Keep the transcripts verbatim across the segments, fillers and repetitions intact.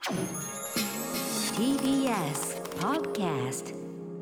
ティービーエス Podcast。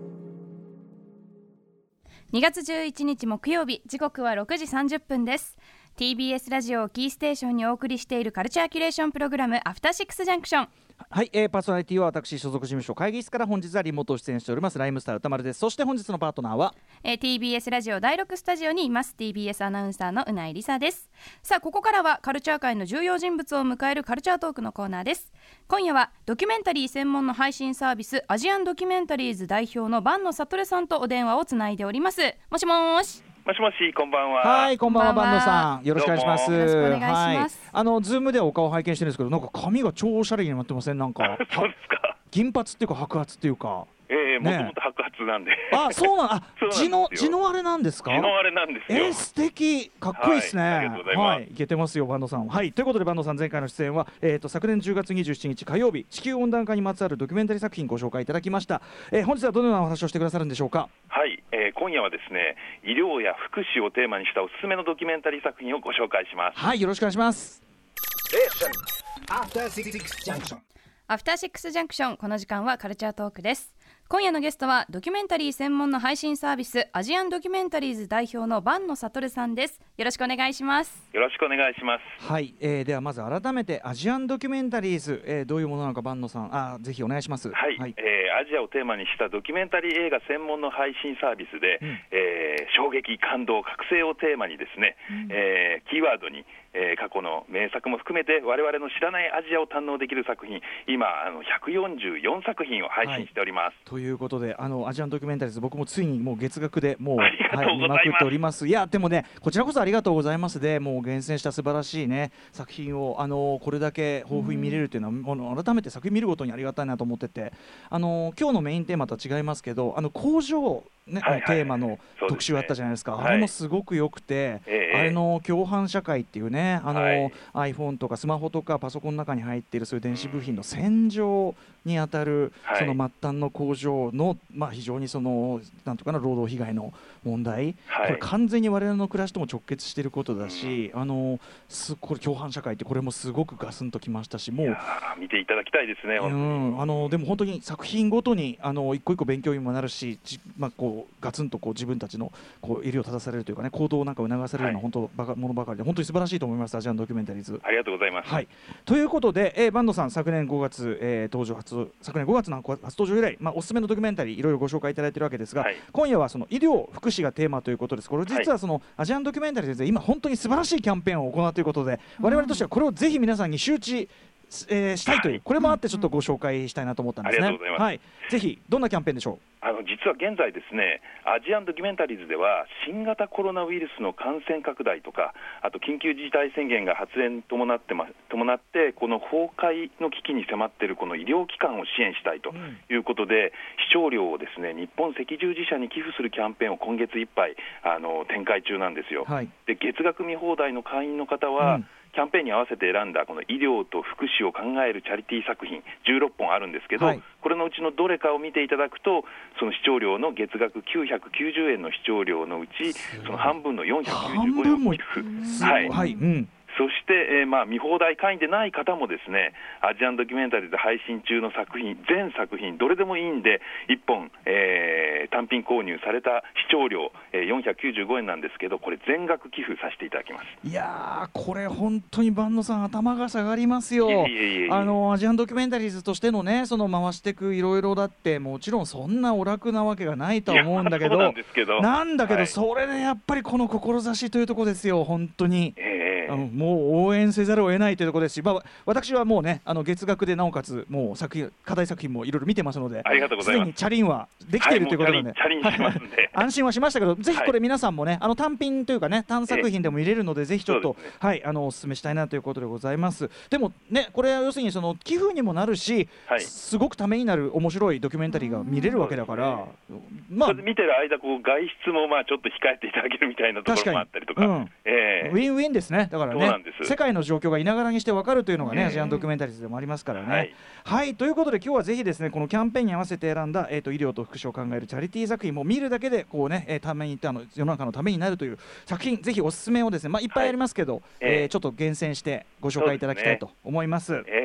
にがつじゅういちにち木曜日、時刻はろくじさんじゅっぷんです。 ティービーエス ラジオをキーステーションにお送りしているカルチャーキュレーションプログラム、アフターシックスジャンクション。 はい、えー、パーソナリティは私所属事務所会議室から本日はリモート出演しておりますライムスター歌丸です。そして本日のパートナーは、 えー、ティービーエス ラジオだいろくスタジオにいます ティービーエス アナウンサーのうないりさです。さあ、ここからはカルチャー界の重要人物を迎えるカルチャートークのコーナーです。今夜はドキュメンタリー専門の配信サービスアジアンドキュメンタリーズ代表の坂野悟さんとお電話をつないでおります。もしもーし。 もしもし、こんばんは。 はい、こんばんは、坂野さん、よろしくお願いします。 よろしくお願いします。 はい、あのズームではお顔拝見してるんですけど、なんか髪が超おしゃれになってません？なんかそうですか。 銀髪っていうか白髪っていうか、 ええー、 ね、 もともと白髪なんで。 あ、そうなん、あ、地の地のあれなんですか？ 地のあれなんですよ。 えー、素敵、かっこいいですね。 はい、ありがとうございます。はい、 いけてますよ、坂野さん。はい、ということで坂野さん、前回の出演は、えー、と昨年じゅうがつにじゅうしちにち火曜日、地球温暖化にまつわるドキュメンタリー作品ご紹介いただきました。えー、本日はどのようなお話をしてくださるんでしょうか？ はい、えー、今夜はですね、医療や福祉をテーマにしたおすすめのドキュメンタリー作品をご紹介します。 はい、よろしくお願いします。 アフターシックスジャンクション。アフターシックスジャンクション、この時間はカルチャートークです。今夜のゲストはドキュメンタリー専門の配信サービスアジアンドキュメンタリーズ代表の坂野悟さんです。よろしくお願いします。 よろしくお願いします。 はい、えー、ではまず改めてアジアンドキュメンタリーズ、えー、どういうものなのか坂野さん、あ、ぜひお願いします。 はい、はい、えー、アジアをテーマにしたドキュメンタリー映画専門の配信サービスで、うん、えー、衝撃、感動、覚醒をテーマにですね、うん、えー、キーワードに、えー、過去の名作も含めて我々の知らないアジアを堪能できる作品、今あのひゃくよんじゅうよんさく品を配信しております。はい、 ということで、あのアジアンドキュメンタリーズ、僕もついにもう月額でもう、 はい、 見まくっております。いやでもね、こちらこそありがとうございます。でもう厳選した素晴らしいね作品をあのこれだけ豊富に見れるというのは、うん、改めて作品見るごとにありがたいなと思ってて、あの今日のメインテーマとは違いますけど、あの工場ね、はいはい、テーマの特集あったじゃないですか。あれもすごく良くて、はい、あれの共犯社会っていうね、あの、はい、iPhone とかスマホとかパソコンの中に入っているそういう電子部品の洗浄にあたる、はい、その末端の工場の、まあ、非常にそのなんとかな労働被害の問題、はい、これ完全に我々の暮らしとも直結していることだし、うん、あのすこれ共犯社会ってこれもすごくガスンときましたし、もう見ていただきたいですね。本当に、 うん、あのでも本当に作品ごとにあの一個一個勉強にもなるし、まあ、こうガツンとこう自分たちのこう襟を正されるというかね、行動をなんか促されるような本当バカものばかりで、本当に素晴らしいと思います。アジアンドキュメンタリーズ、 ありがとうございます。 はい、ということで、えー、坂野さん、昨年ごがつ、えー、登場初昨年ごがつの初登場以来、まあ、おすすめのドキュメンタリーいろいろご紹介いただいているわけですが、はい、今夜はその医療福祉がテーマということです。これ実はその、はい、アジアンドキュメンタリーズで今本当に素晴らしいキャンペーンを行うということで、我々としてはこれをぜひ皆さんに周知えー、したいという、これもあってちょっとご紹介したいなと思ったんですね。 ありがとうございます。はい、 ぜひどんなキャンペーンでしょう？ あの実は現在ですね、アジアンドキュメンタリーズでは新型コロナウイルスの感染拡大とか、あと緊急事態宣言が発令に伴って、ま、伴ってこの崩壊の危機に迫っているこの医療機関を支援したいということで、うん、視聴料をですね日本赤十字社に寄付するキャンペーンを今月いっぱいあの展開中なんですよ。はい、で月額見放題の会員の方は、うん、キャンペーンに合わせて選んだこの医療と福祉を考えるチャリティー作品じゅうろっぽんあるんですけど、はい、これのうちのどれかを見ていただくと、その視聴料の月額きゅうひゃくきゅうじゅうえんの視聴料のうちその半分のよんひゃくきゅうじゅうごえんを寄付、はい、はい、うん、そして、えーまあ、見放題会員でない方もですね、アジアンドキュメンタリーで配信中の作品、全作品どれでもいいんでいっぽん、えー、単品購入された視聴料、えー、よんひゃくきゅうじゅうごえんなんですけど、これ全額寄付させていただきます。 いやー、これ本当に坂野さん頭が下がりますよ。 いえいえいえいえ、 あのアジアンドキュメンタリーズとしてのね、その回していくいろいろだって、もちろんそんなお楽なわけがないとは思うんだけど、 なんですけどなんだけど、 はい、 それでやっぱりこの志というところですよ、本当に。 えーあのもう応援せざるを得ないというところですし、まあ、私はもうね、あの月額でなおかつもう作品課題作品もいろいろ見てますので、すでにチャリンはできているということなので、 はい、チャリンしますんで安心はしましたけど、ぜひこれ皆さんもね、あの単品というかね、単作品でも見れるので、ぜひちょっと、ね、はい、あのお勧めしたいなということでございます。でもね、これは要するにその寄付にもなるし、はい、すごくためになる面白いドキュメンタリーが見れるわけだから、ね、 まあ、見てる間こう外出もまあちょっと控えていただけるみたいなところもあったりとか、 うん、えー、ウィンウィンですね。だからね、世界の状況がいながらにして分かるというのがね、アジアンドキュメンタリーズでもありますからね。はい、はい、ということで今日はぜひですね、このキャンペーンに合わせて選んだ、えー、と医療と福祉を考えるチャリティー作品も見るだけでこうね、えー、ためにあの世の中のためになるという作品、ぜひおすすめをですね、まあ、いっぱいありますけど、はい、えー、ちょっと厳選してご紹介いただきたいと思います。 えー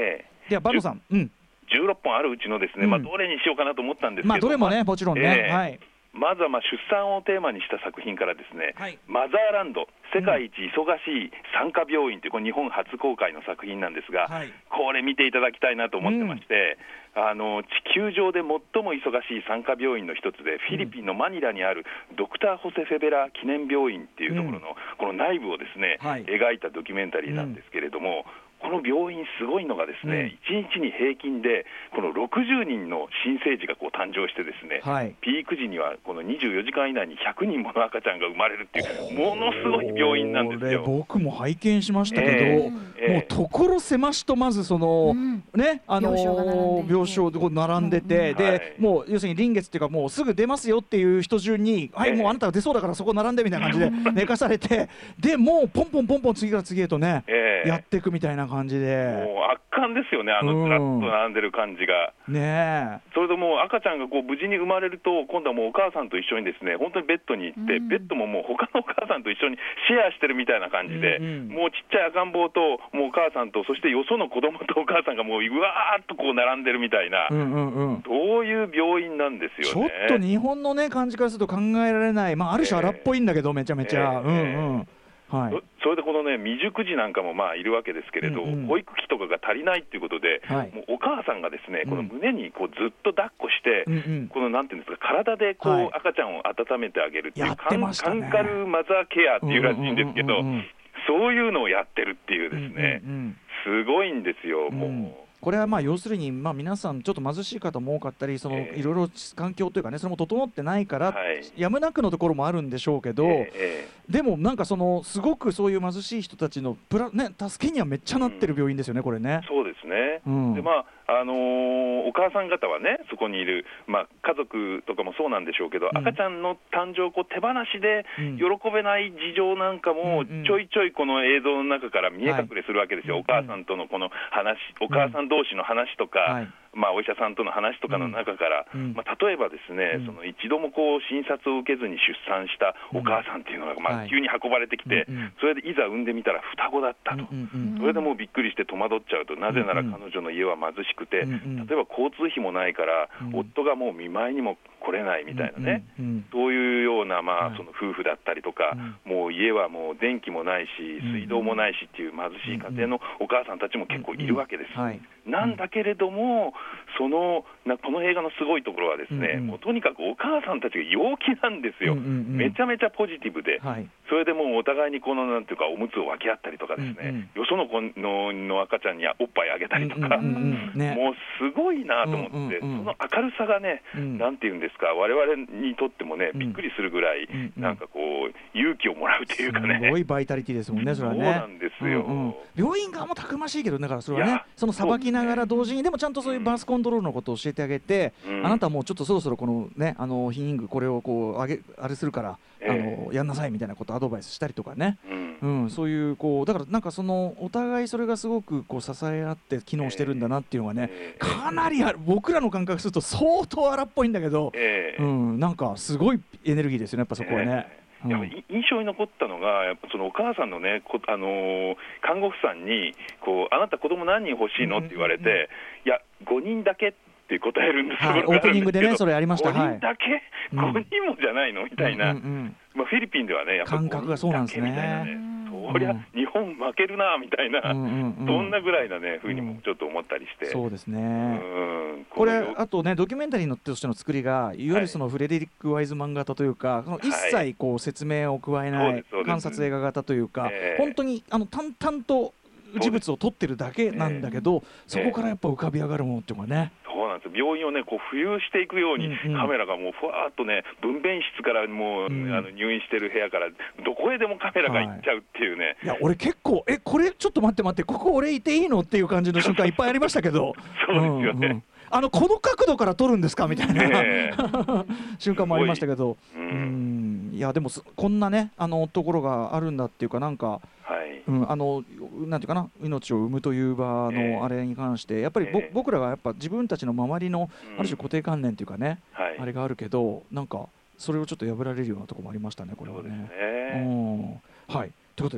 ではバノさん、うん、 じゅうろっぽんあるうちのですね、 うん、 まあ、どれにしようかなと思ったんですけど、 まあ、どれもねもちろんね、 えーはいまずはまあ出産をテーマにした作品からですね、 はい、 マザーランド世界一忙しい産科病院というこれ日本初公開の作品なんですが、はい、これ見ていただきたいなと思ってまして、うん、あの地球上で最も忙しい産科病院の一つでフィリピンのマニラにあるドクター・ホセ・フェベラ記念病院っていうところの、うん、この内部をですね、はい、描いたドキュメンタリーなんですけれども、うん、この病院すごいのがですね、うん、いちにちに平均でこのろくじゅうにんの新生児がこう誕生してですね、はい、ピーク時にはこのにじゅうよじかん以内にひゃくにんもの赤ちゃんが生まれるっていうものすごい病院なんですよ。 僕も拝見しましたけど、えー、もう所狭しとまずその、うん、ね、あのー、病床でこう並んでて、うん、で、はい、もう要するに臨月っていうかもうすぐ出ますよっていう人順に、えー、はいもうあなたが出そうだからそこ並んでみたいな感じで寝かされてでもうポンポンポンポン次から次へとね、えー、やっていくみたいな感じで、 もう圧巻ですよね、あのずらっと並んでる感じが、 うん、ねえ、 それでもう赤ちゃんがこう無事に生まれると今度はもうお母さんと一緒にですね本当にベッドに行って、うん、ベッドももう他のお母さんと一緒にシェアしてるみたいな感じで、うんうん、もうちっちゃい赤ん坊ともうお母さんとそしてよその子供とお母さんがもううわーっとこう並んでるみたいな、うんうんうん、そういう病院なんですよね。 ちょっと日本のね感じからすると考えられない、まあ、ある種荒っぽいんだけど、えー、めちゃめちゃ、えーうんうんはい、 それでこのね未熟児なんかもまあいるわけですけれど、うんうん、保育器とかが足りないっていうことで、はい、もうお母さんがですね、うん、この胸にこうずっと抱っこして、うんうん、このなんていうんですか体でこう、はい、赤ちゃんを温めてあげるっていう、カン、カンカルーマザーケアっていうらしいんですけど、うんうんうんうん、そういうのをやってるっていうですね、うんうんうん、すごいんですよもう、うんこれはまあ要するにまあ皆さんちょっと貧しい方も多かったりそのいろいろ環境というかねそれも整ってないからやむなくのところもあるんでしょうけどでもなんかそのすごくそういう貧しい人たちのプラ、ね、助けにはめっちゃなってる病院ですよねこれね。 そうですね、うん、でまああのー、お母さん方はねそこにいる、まあ、家族とかもそうなんでしょうけど、うん、赤ちゃんの誕生をこう手放しで喜べない事情なんかもちょいちょいこの映像の中から見え隠れするわけですよ、はい、お母さんとのこの話お母さん同士の話とか、はいまあ、お医者さんとの話とかの中から、うんまあ、例えばですね、うん、その一度もこう診察を受けずに出産したお母さんっていうのが、まあ、急に運ばれてきて、はい、それでいざ産んでみたら双子だったと、うんうんうん、それでもうびっくりして戸惑っちゃうと、なぜなら彼女の家は貧しくて、うんうん、例えば交通費もないから、うん、夫がもう見舞いにも来れないみたいなね、うんうんうん、そういうような、まあ、その夫婦だったりとか、うん、もう家はもう電気もないし水道もないしっていう貧しい家庭のお母さんたちも結構いるわけです、うんうんはい、なんだけれどもそのなこの映画のすごいところはですね、うんうん、もうとにかくお母さんたちが陽気なんですよ、うんうんうん、めちゃめちゃポジティブで、はい、それでもうお互いにこのなんていうかおむつを分け合ったりとかですね、うんうん、よその子 の, の赤ちゃんにおっぱいあげたりとか、うんうんうんね、もうすごいなと思って、うんうんうん、その明るさがね、うん、なんていうんですか我々にとってもねびっくりするぐらい、うんうん、なんかこう勇気をもらうというかね、 すごいバイタリティですもんねそれはね。 そうなんですよ、 うんうん、病院側もたくましいけどだからそれはねそのさばきながら同時にでもちゃんとそういうバースコントロールのことを教えてあげて、うん、あなたもうちょっとそろそろこのねあの避妊具これをこうあげあれするから、えー、あのやんなさいみたいなことをアドバイスしたりとかね、うんうん、そういうこうだからなんかそのお互いそれがすごくこう支え合って機能してるんだなっていうのがね、えー、かなりあ僕らの感覚すると相当荒っぽいんだけど、えーうん、なんかすごいエネルギーですよねやっぱそこはね、えーやっぱ印象に残ったのがやっぱそのお母さんのね、あのー、看護婦さんにこうあなた子供何人欲しいのって言われて、うんうんうん、いやごにんだけって答えるんです、 はい、オープニングでねそれありました。 ごにんだけ、はい、ごにんもじゃないのみたいな、うんうんうんまあ、フィリピンではねやっぱ感覚がそうなんですね。 そりゃ日本負けるなみたいな、うんうんうん、そんなぐらいなね風にもちょっと思ったりして、 うん、そうですね、うん、これあとねドキュメンタリーとしての作りがいわゆるそのフレデリック・ワイズマン型というか、はい、一切こう説明を加えない観察映画型というか、えー、本当にあの淡々と事物を撮ってるだけなんだけど そ,、えー、そこからやっぱ浮かび上がるものっていうのがね、 そうなんです病院をねこう浮遊していくように、うんうん、カメラがもうふわーっとね分娩室からもう、うん、あの入院してる部屋からどこへでもカメラが行っちゃうっていうね、はい、 いや俺結構えこれちょっと待って待ってここ俺いていいのっていう感じの瞬間いっぱいありましたけどそうですよね、うんうんあのこの角度から撮るんですかみたいな、えー、瞬間もありましたけど、うん、うんいやでもこんなねあのところがあるんだっていうかなんか、はいうん、あのなんていうかな命を産むという場のあれに関して、えー、やっぱりぼ、えー、僕らがやっぱ自分たちの周りのある種固定観念というかね、うんはい、あれがあるけどなんかそれをちょっと破られるようなところもありましたねこれはね。 そうですね、 うんはいということで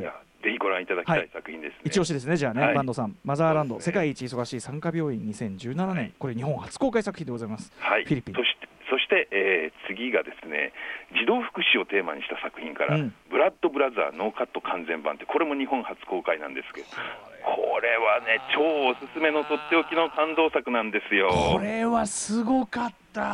ぜひご覧いただきたい作品ですね。 一押しですね。じゃあね、 はい、 バンドさん、マザーランド、 そうですね、 世界一忙しい産科病院にせんじゅうななねん、はい、これ日本初公開作品でございます。 はい、 フィリピン。 そしてそして、えー、次がですね、児童福祉をテーマにした作品から、うん、ブラッドブラザーノーカット完全版って、これも日本初公開なんですけど、これはね、超おすすめのとっておきの感動作なんですよ。 これはすごかった。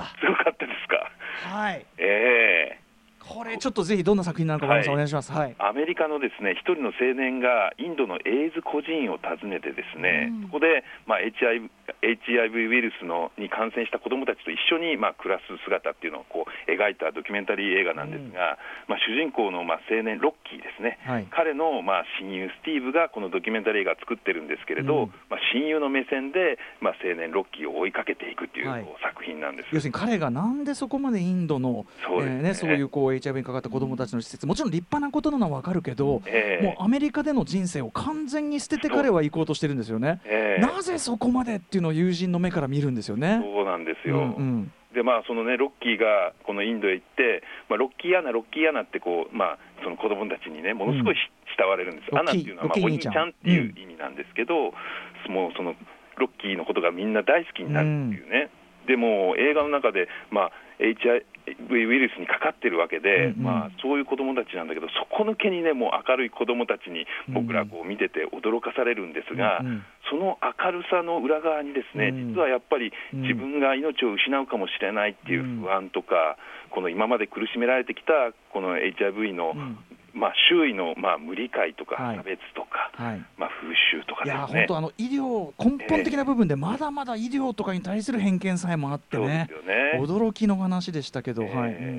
すごかったですか。 はい。 えーこれちょっとぜひどんな作品なのか、はい、お願いします。はい、 アメリカのですね、一人の青年がインドのエイズ孤児院を訪ねてですね、うん、そこで、まあ、エイチアイブイ エイチアイブイ ウイルスのに感染した子どもたちと一緒に、まあ、暮らす姿っていうのをこう描いたドキュメンタリー映画なんですが、うん、まあ、主人公の、まあ、青年ロッキーですね、はい、彼の、まあ、親友スティーブがこのドキュメンタリー映画を作ってるんですけれど、うん、まあ、親友の目線で、まあ、青年ロッキーを追いかけていくっていう、はい、こう作品なんです。 要するに彼がなんでそこまでインドのそうですね、えーね、そういう、こう エイチアイブイ にかかった子どもたちの施設、もちろん立派なことなのは分かるけど、えー、もうアメリカでの人生を完全に捨てて彼は行こうとしてるんですよね、えー、なぜそこまでっていうのを友人の目から見るんですよね。 そうなんですよ、 うんうん、 でまあそのね、ロッキーがこのインドへ行って、まあ、ロッキーアナロッキーアナってこう、まあ、その子供たちにねものすごい慕われるんですよ、うん、アナっていうのは、まあ、お兄ちゃんっていう意味なんですけど、うん、もうそのロッキーのことがみんな大好きになるっていうね、うん、でも映画の中で、まあ、エイチアイブイ ウイルスにかかってるわけで、うんうん、まあ、そういう子どもたちなんだけど、底抜けにね、もう明るい子どもたちに僕らこう見てて驚かされるんですが、うんうん、その明るさの裏側にですね、うん、実はやっぱり自分が命を失うかもしれないっていう不安とか、うん、この今まで苦しめられてきたこの エイチアイブイ の、うん、まあ、周囲のまあ無理解とか差別とか、はい、まあ、風習とかですね。いや本当あの医療根本的な部分でまだまだ医療とかに対する偏見さえもあってね、そうですよね、驚きの話でしたけど、えーはい、うんうん、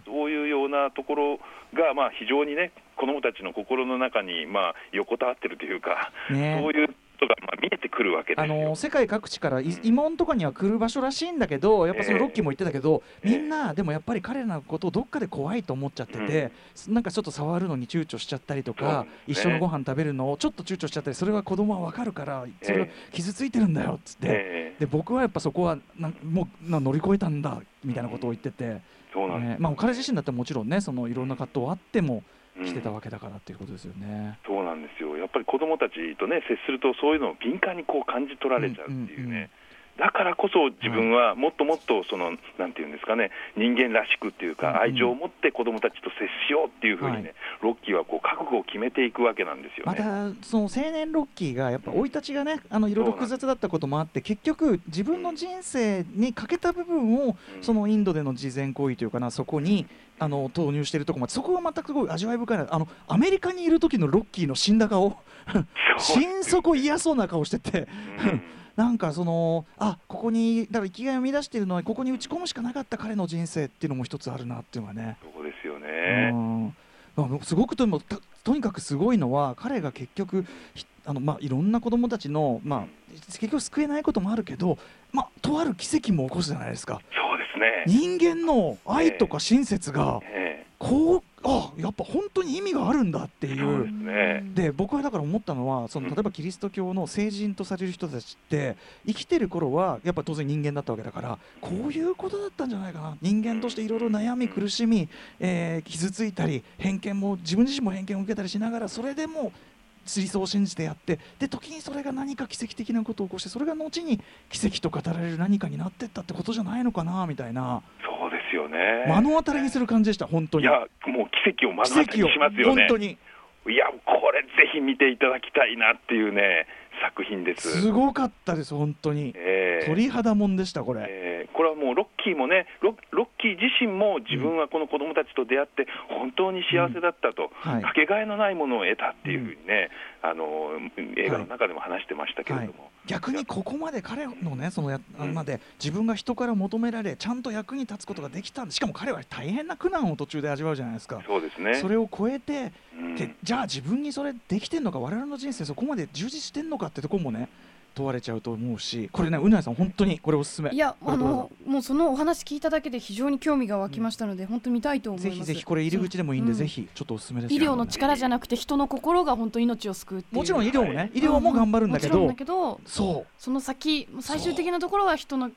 そういうようなところがまあ非常にね、子どもたちの心の中にまあ横たわってるというか、ね、そういうがまあ見えてくるわけですよ。あの世界各地から慰問とかには来る場所らしいんだけど、やっぱそのロッキーも言ってたけど、えー、みんなでもやっぱり彼らのことをどっかで怖いと思っちゃってて、うん、なんかちょっと触るのに躊躇しちゃったりとか、ね、一緒のご飯食べるのをちょっと躊躇しちゃったり、それは子供は分かるからそれは傷ついてるんだよっつって、えー、で僕はやっぱそこはなもうな乗り越えたんだみたいなことを言ってて、 そうなんです、 ね、まあ、彼自身だってもちろんね、そのいろんな葛藤はあってもしてたわけだからっていうことですよね、 うん、そうなんですよ。やっぱり子どもたちとね接するとそういうのを敏感にこう感じ取られちゃうっていうね、うんうんうん、だからこそ自分はもっともっとその、はい、なんていうんですかね、人間らしくっていうか、うんうん、愛情を持って子どもたちと接しようっていうふうにね、はい、ロッキーはこう覚悟を決めていくわけなんですよね。 またその青年ロッキーがやっぱ生い立ちがね、あのいろいろ複雑だったこともあって、結局自分の人生に欠けた部分を、うん、そのインドでの慈善行為というかな、そこにあの投入しているところまで、そこが全くすごい味わい深いな。あのアメリカにいる時のロッキーの死んだ顔心底嫌そうな顔してて、うん、なんかそのあここにだから生きがいを生み出しているのはここに打ち込むしかなかった彼の人生っていうのも一つあるなっていうのはね。 そうですよね。 うん、すごく と, も と, とにかくすごいのは、彼が結局あの、まあ、いろんな子どもたちの、まあ、結局救えないこともあるけど、まあ、とある奇跡も起こすじゃないですか。 そうですね。 人間の愛とか親切が、えーえー、こうあやっぱ本当に意味があるんだっていう。 そうですね。 で僕はだから思ったのは、その例えばキリスト教の聖人とされる人たちって生きてる頃はやっぱ当然人間だったわけだから、こういうことだったんじゃないかな。人間としていろいろ悩み苦しみ、えー、傷ついたり偏見も自分自身も偏見を受けたりしながら、それでも理想を信じてやって、で時にそれが何か奇跡的なことを起こして、それが後に奇跡と語られる何かになっていったってことじゃないのかなみたいな。 そうですよね。 目の当たりにする感じでした本当に。 いやもう奇跡を目の当たりにしますよね。 本当に。 いやこれぜひ見ていただきたいなっていうね作品です。 すごかったです本当に、えー、鳥肌もんでしたこれ、 えー、これはもうロッキーもね ロ, ロッキー自身も自分はこの子どもたちと出会って本当に幸せだったと、うんはい、かけがえのないものを得たっていうふうにね、うん、あの映画の中でも話してましたけれども、はいはい、 逆にここまで彼のねそのやまで自分が人から求められちゃんと役に立つことができたんで、しかも彼は大変な苦難を途中で味わうじゃないですか。 そうですね。 それを超えて、うん、でじゃあ自分にそれできてんのか、我々の人生そこまで充実してんのかってところもね問われちゃうと思うし、これねうなえさん本当にこれおすすめ。 いやあのもうそのお話聞いただけで非常に興味が湧きましたので、うん、本当に見たいと思います。 ぜひぜひこれ入り口でもいいんで、うん、ぜひちょっとおすすめです。 医療の力じゃなくて人の心が本当に命を救うっていう。 もちろん医療もね、医療も頑張るんだけど、 もちろんだけど、 そうその先最終的なところは人の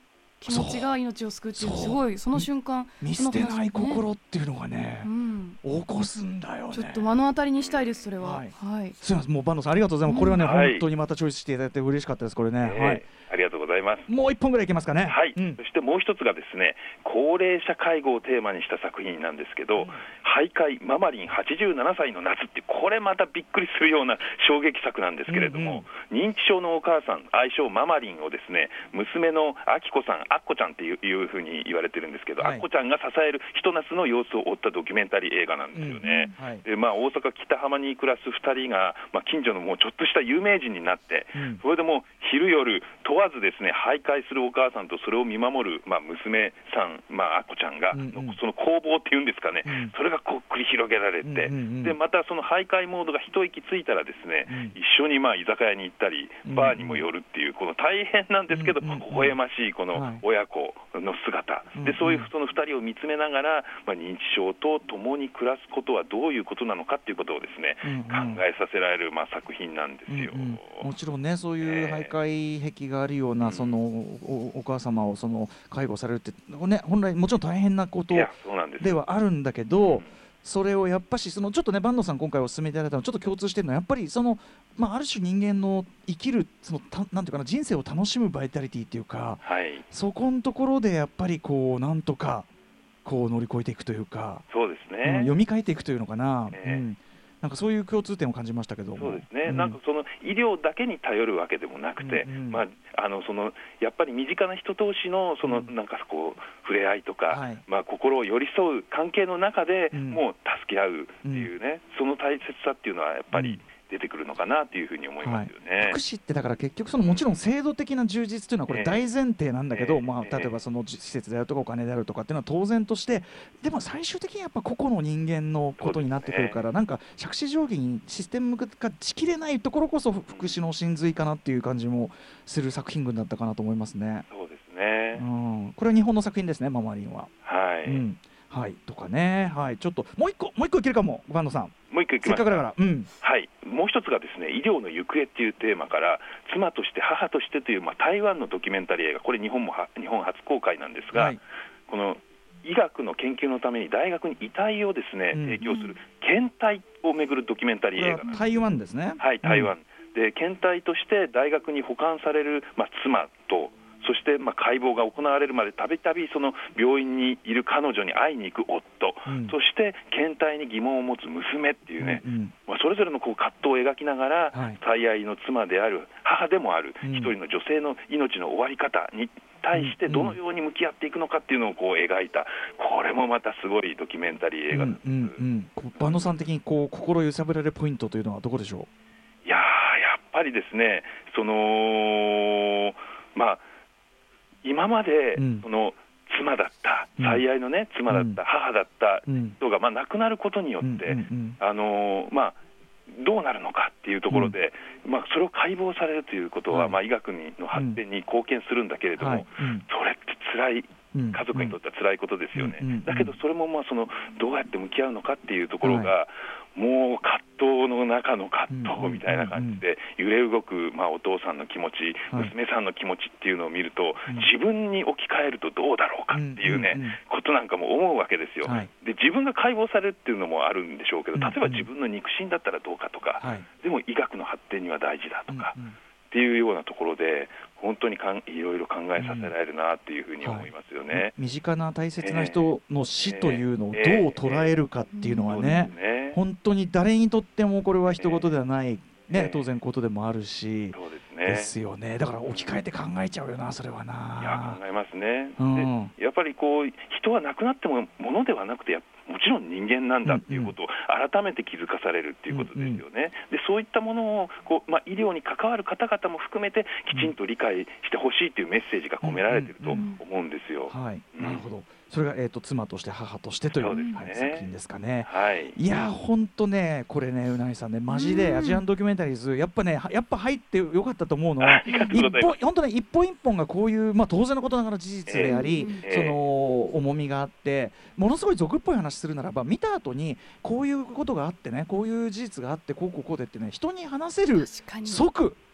気持ちが命を救うっていう、すごいその瞬間見捨てない心っていうのがね、 うん、 起こすんだよね。 ちょっと目の当たりにしたいです、それは。 はいはい、 すみません、もう坂東さんありがとうございます、うん、これはね、 はい、 本当にまたチョイスしていただいて嬉しかったです、これね、 えーはい、 ありがとうございます。 もう一本ぐらいいけますかね。 はい、 うん、 そしてもう一つがですね、高齢者介護をテーマにした作品なんですけど、うん、徘徊ママリンはちじゅうななさいの夏って、これまたびっくりするような衝撃作なんですけれども、うんうん、認知症のお母さん、愛称ママリンをですね、娘のあきこさん、あっこちゃんっていう、いうふうに言われてるんですけど、はい、あっこちゃんが支えるひと夏の様子を追ったドキュメンタリー映画なんですよね。うん、はい、でまあ、大阪北浜に暮らすふたりが、まあ、近所のもうちょっとした有名人になって、うん、それでもう昼夜問わずですね、徘徊するお母さんとそれを見守る、まあ、娘さん、まあ、あっこちゃんが、うんうん、その攻防っていうんですかね、うん、それがこう繰り広げられて、うんうんうん、でまたその徘徊モードが一息ついたらですね、うん、一緒にまあ居酒屋に行ったりバーにも寄るっていう、この大変なんですけど、うんうんうん、微笑ましいこの親子の姿、はい、でそういうそのふたりを見つめながら、まあ、認知症と共に暮らすことはどういうことなのかっていうことをですね、うんうん、考えさせられる、まあ、作品なんですよ。うんうん、 もちろんね、そういう徘徊癖があるような、えー、その お, お母様をその介護されるって、ね、本来もちろん大変なことではあるんだけど、うん、それをやっぱしそのちょっとね、坂東さん今回お勧めいただいたのちょっと共通してるのはやっぱりその、まあ、ある種人間の生きるそのたなんていうかな、人生を楽しむバイタリティっていうか、はい、そこのところでやっぱりこうなんとかこう乗り越えていくというか、 そうですね、 うん、読み替えていくというのかな、えーうんなんかそういう共通点を感じましたけども。 そうですね、 うん、 なんかその医療だけに頼るわけでもなくて、うんうんまあ、あのそのやっぱり身近な人同士のそのなんかこう触れ合いとか、はいまあ、心を寄り添う関係の中でもう助け合うっていうね、うん、その大切さっていうのはやっぱり、うん出てくるのかなというふうに思いますよね。 はい、福祉ってだから結局そのもちろん制度的な充実というのはこれ大前提なんだけど、えーまあ、例えばその施設であるとかお金であるとかっていうのは当然として、でも最終的にやっぱ個々の人間のことになってくるから、ね、なんか杓子定規にシステム化しきれないところこそ福祉の真髄かなっていう感じもする作品群だったかなと思いますね。 そうですね、 うん、これは日本の作品ですね、ママリンは。 はい、 うんはい、とかね、はい、ちょっともう一個もう一個いけるかも、坂東さん。 もう一個いきますか。 せっかくだから、うん、 はい、もう一つがですね、医療の行方っていうテーマから妻として母としてという、まあ、台湾のドキュメンタリー映画、これ日本もは日本初公開なんですが、はい、この医学の研究のために大学に遺体をですね、うん、提供する検体をめぐるドキュメンタリー映画なんです。 台湾ですね。 はい、台湾、うん、で検体として大学に保管される、まあ、妻とそしてまあ解剖が行われるまでたびたびその病院にいる彼女に会いに行く夫、うん、そして検体に疑問を持つ娘っていうね、うんうんまあ、それぞれのこう葛藤を描きながら、はい、最愛の妻である母でもある一人の女性の命の終わり方に対してどのように向き合っていくのかっていうのをこう描いた、これもまたすごいドキュメンタリー映画です。うんうんうん、 坂東さん的にこう心揺さぶられるポイントというのはどこでしょう。いやー、やっぱりですね、そのまあ今までその妻だった、うん、最愛の、ね、妻だった、うん、母だった人が、まあ、亡くなることによって、うんうんうんあのーまあ、どうなるのかっていうところで、うんまあ、それを解剖されるということは、はいまあ、医学の発展に貢献するんだけれども、うんはいうん、それって辛い、家族にとっては辛いことですよね、うんうんうん、だけどそれもまあそのどうやって向き合うのかっていうところが、はいもう葛藤の中の葛藤みたいな感じで揺れ動く、まあ、お父さんの気持ち、娘さんの気持ちっていうのを見ると、自分に置き換えるとどうだろうかっていうね、ことなんかも思うわけですよ。で自分が解剖されるっていうのもあるんでしょうけど、例えば自分の肉親だったらどうかとか、でも医学の発展には大事だとかっていうようなところで本当にかんいろいろ考えさせられるなっていうふうに思いますよね、はい、 身近な大切な人の死というのをどう捉えるかっていうのはね、えーえーえー、本当に誰にとってもこれは人事ではない、ねえー、当然ことでもあるし、 そうですね、 ですよね。だから置き換えて考えちゃうよな、それはな。 いや考えますね、 うん、 でやっぱりこう人は亡くなってもものではなくてやもちろん人間なんだっていうことを改めて気づかされるっていうことですよね、うんうん、でそういったものをこう、まあ、医療に関わる方々も含めてきちんと理解してほしいというメッセージが込められていると思うんですよ、 うんうんうん、はい、なるほど。それが、えーと、妻として母としてという、 ねはい、作品ですかね、 はい、 いや本当ねこれねうなぎさんねマジでアジアンドキュメンタリーズやっぱねやっぱ入ってよかったと思うのは一本本当ね一本一本がこういう、まあ、当然のことながら事実であり、えー、その重みがあってものすごい俗っぽい話するならば見た後にこういうことがあってねこういう事実があってこうこうこうでってね人に話せる即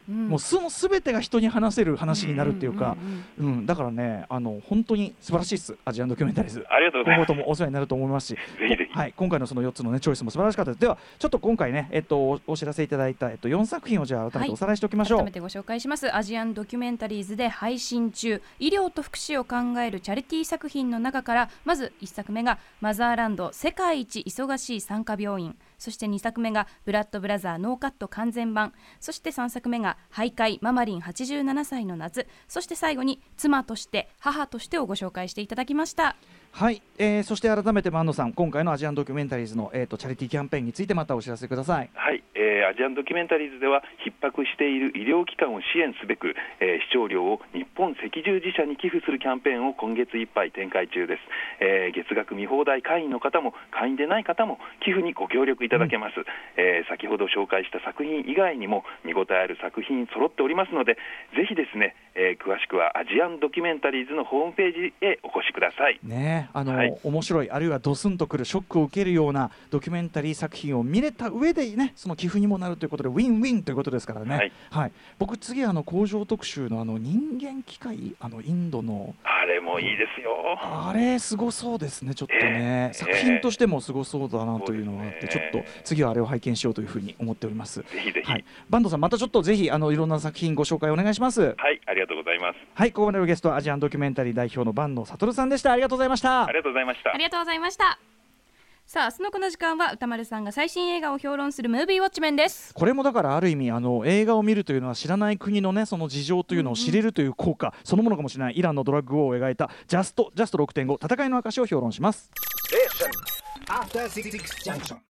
うん、 もうその全てが人に話せる話になるっていうか、うん、うんうん、だからねあの本当に素晴らしいです、アジアンドキュメンタリーズ。 ありがとうございます。 今後ともお世話になると思いますし、 ぜひぜひ、 はい、今回のそのよっつの、ね、チョイスも素晴らしかったです。ではちょっと今回ね、えっと、お, お知らせいただいた、えっと、よんさく品をじゃあ改めておさらいしておきましょう。 はい、改めてご紹介します。アジアンドキュメンタリーズで配信中、医療と福祉を考えるチャリティー作品の中から、まずいっさくめがマザーランド世界一忙しい産科病院、そしてにさくめがブラッドブラザーノーカット完全版、そしてさんさくめが徘徊ママリンはちじゅうななさいの夏、そして最後に妻として母としてをご紹介していただきました。 はい、えー、そして改めて安野さん、今回のアジアンドキュメンタリーズの、えー、とチャリティーキャンペーンについてまたお知らせください。 はい、えー、アジアンドキュメンタリーズでは逼迫している医療機関を支援すべく、えー、視聴料を日本赤十字社に寄付するキャンペーンを今月いっぱい展開中です。えー、月額見放題会員の方も会員でない方も寄付にご協力いただけます。うん、えー、先ほど紹介した作品以外にも見応えある作品揃っておりますので、ぜひですね、えー、詳しくはアジアンドキュメンタリーズのホームページへお越しください。 ね、あの、 はい、 面白い、あるいはドスンとくるショックを受けるようなドキュメンタリー作品を見れた上でね、その寄付にもなるということでウィンウィンということですからね。はい、はい、僕次あの工場特集のあの人間機械、あのインドのあれもいいですよ。 あれすごそうですね、ちょっとね、えー、作品としてもすごそうだなというのがあって、えー、ちょっと次はあれを拝見しようというふうに思っております。 ぜひぜひ、 はい、坂東さんまたちょっとぜひあのいろんな作品ご紹介お願いします。 はい、ありがとうございます。 はい、ここまでのゲストはアジアンドキュメンタリー代表の坂東悟さんでした。ありがとうございました。 ありがとうございました。 ありがとうございました。さあ明日のこの時間は歌丸さんが最新映画を評論するムービーウォッチメンです。 これもだからある意味あの映画を見るというのは知らない国のねその事情というのを知れるという効果そのものかもしれない、イランのドラッグ王を描いたジャストジャスト ろくてんご 戦いの証を評論します。